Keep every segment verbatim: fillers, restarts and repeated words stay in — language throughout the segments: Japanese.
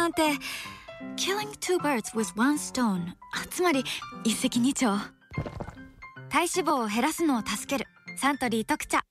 なんて。 Killing two birds with one stone、 つまり一石二鳥。体脂肪を減らすのを助けるサントリー特茶。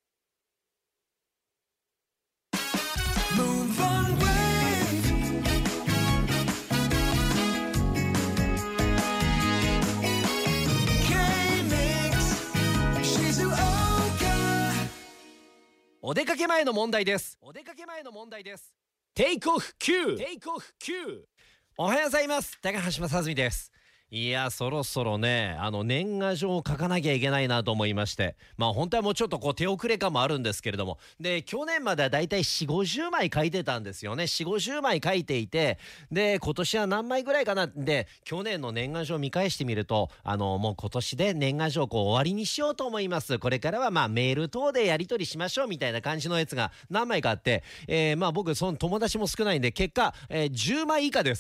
お出かけ前の問題です。お出かけ前の問題です。テイクオフ Q、 テイクオフ Q。 おはようございます。高橋正純です。いや、そろそろね、あの年賀状を書かなきゃいけないなと思いまして、まあ本当はもうちょっとこう手遅れ感もあるんですけれども、で去年まではだいたいよんじゅうごじゅうまい書いてたんですよね。よんじゅうごじゅうまい書いていて、で今年は何枚ぐらいかな。で去年の年賀状を見返してみると、あのもう今年で年賀状をこう終わりにしようと思います。これからはまあメール等でやり取りしましょうみたいな感じのやつが何枚かあって、えー、まあ僕その友達も少ないんで結果、えー、じゅうまい以下です。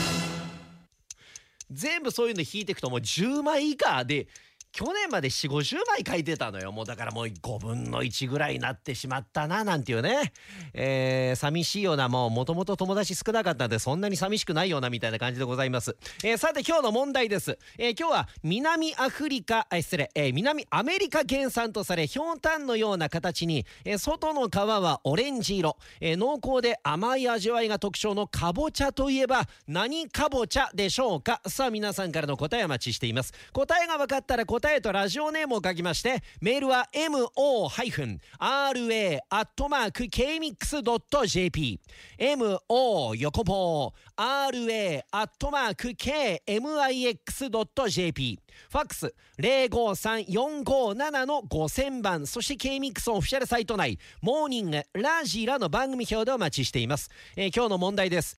全部そういうの引いていくともうじゅうまい以下で、去年までよんじゅうごじゅうまい書いてたのよ。もうだからもうごぶんのいちぐらいになってしまったななんていうね、えー、寂しいような、もうもともと友達少なかったんでそんなに寂しくないようなみたいな感じでございます。えー、さて今日の問題です。えー、今日は南アフリカあ失礼、えー、南アメリカ原産とされ、ひょうたんのような形に、えー、外の皮はオレンジ色、えー、濃厚で甘い味わいが特徴のかぼちゃといえば何かぼちゃでしょうか。さあ皆さんからの答えをお待ちしています。答えが分かったら答え答えとラジオネームを書きまして、メールは エムオーアールエー アットマーク ケーミックス ドット ジェーピー エムオー 横棒 アールエー アットマーク ケーエムアイエックス ドット ジェーピー、 ファックス ゼロごさんよんごなな のごせんばん、そして K-ミックス オフィシャルサイト内モーニングラジラの番組表でお待ちしています。えー、今日の問題です。